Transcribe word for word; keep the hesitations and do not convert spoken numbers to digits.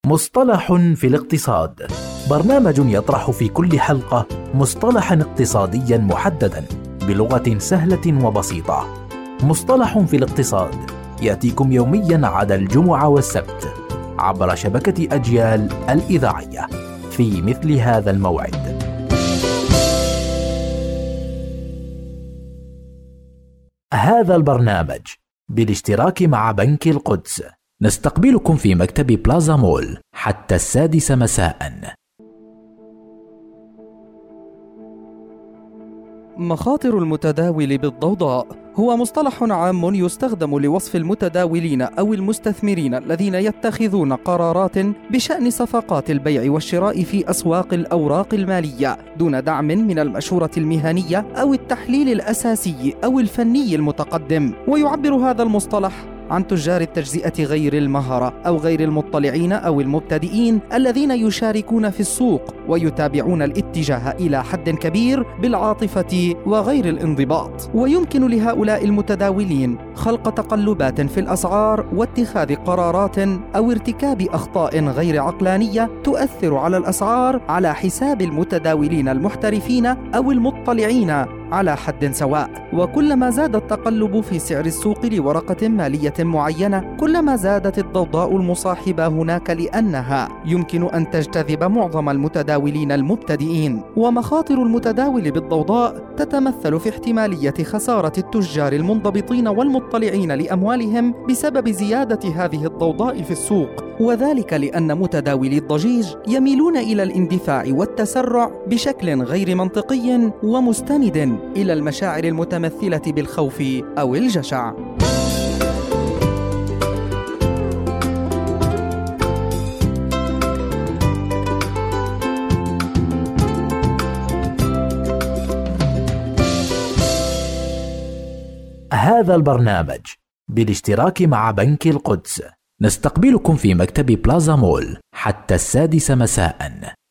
مصطلح في الاقتصاد، برنامج يطرح في كل حلقة مصطلحا اقتصاديا محددا بلغة سهلة وبسيطة. مصطلح في الاقتصاد يأتيكم يوميا عدا الجمعة والسبت عبر شبكة أجيال الإذاعية في مثل هذا الموعد. هذا البرنامج بالاشتراك مع بنك القدس. نستقبلكم في مكتب بلازا مول حتى السادسة مساء. مخاطر المتداول بالضوضاء هو مصطلح عام يستخدم لوصف المتداولين أو المستثمرين الذين يتخذون قرارات بشأن صفقات البيع والشراء في أسواق الأوراق المالية دون دعم من المشورة المهنية أو التحليل الأساسي أو الفني المتقدم. ويعبر هذا المصطلح عن تجار التجزئة غير المهرة أو غير المطلعين أو المبتدئين الذين يشاركون في السوق ويتابعون الاتجاه إلى حد كبير بالعاطفة وغير الانضباط. ويمكن لهؤلاء المتداولين خلق تقلبات في الأسعار واتخاذ قرارات أو ارتكاب أخطاء غير عقلانية تؤثر على الأسعار على حساب المتداولين المحترفين أو المطلعين على حد سواء. وكلما زاد التقلب في سعر السوق لورقة مالية معينة كلما زادت الضوضاء المصاحبة هناك، لأنها يمكن أن تجتذب معظم المتداولين المبتدئين. ومخاطر المتداول بالضوضاء تتمثل في احتمالية خسارة التجار المنضبطين والمطلعين لأموالهم بسبب زيادة هذه الضوضاء في السوق، وذلك لأن متداولي الضجيج يميلون إلى الاندفاع والتسرع بشكل غير منطقي ومستند إلى المشاعر المتمثلة بالخوف أو الجشع. هذا البرنامج بالاشتراك مع بنك القدس. نستقبلكم في مكتب بلازا مول حتى السادسة مساء.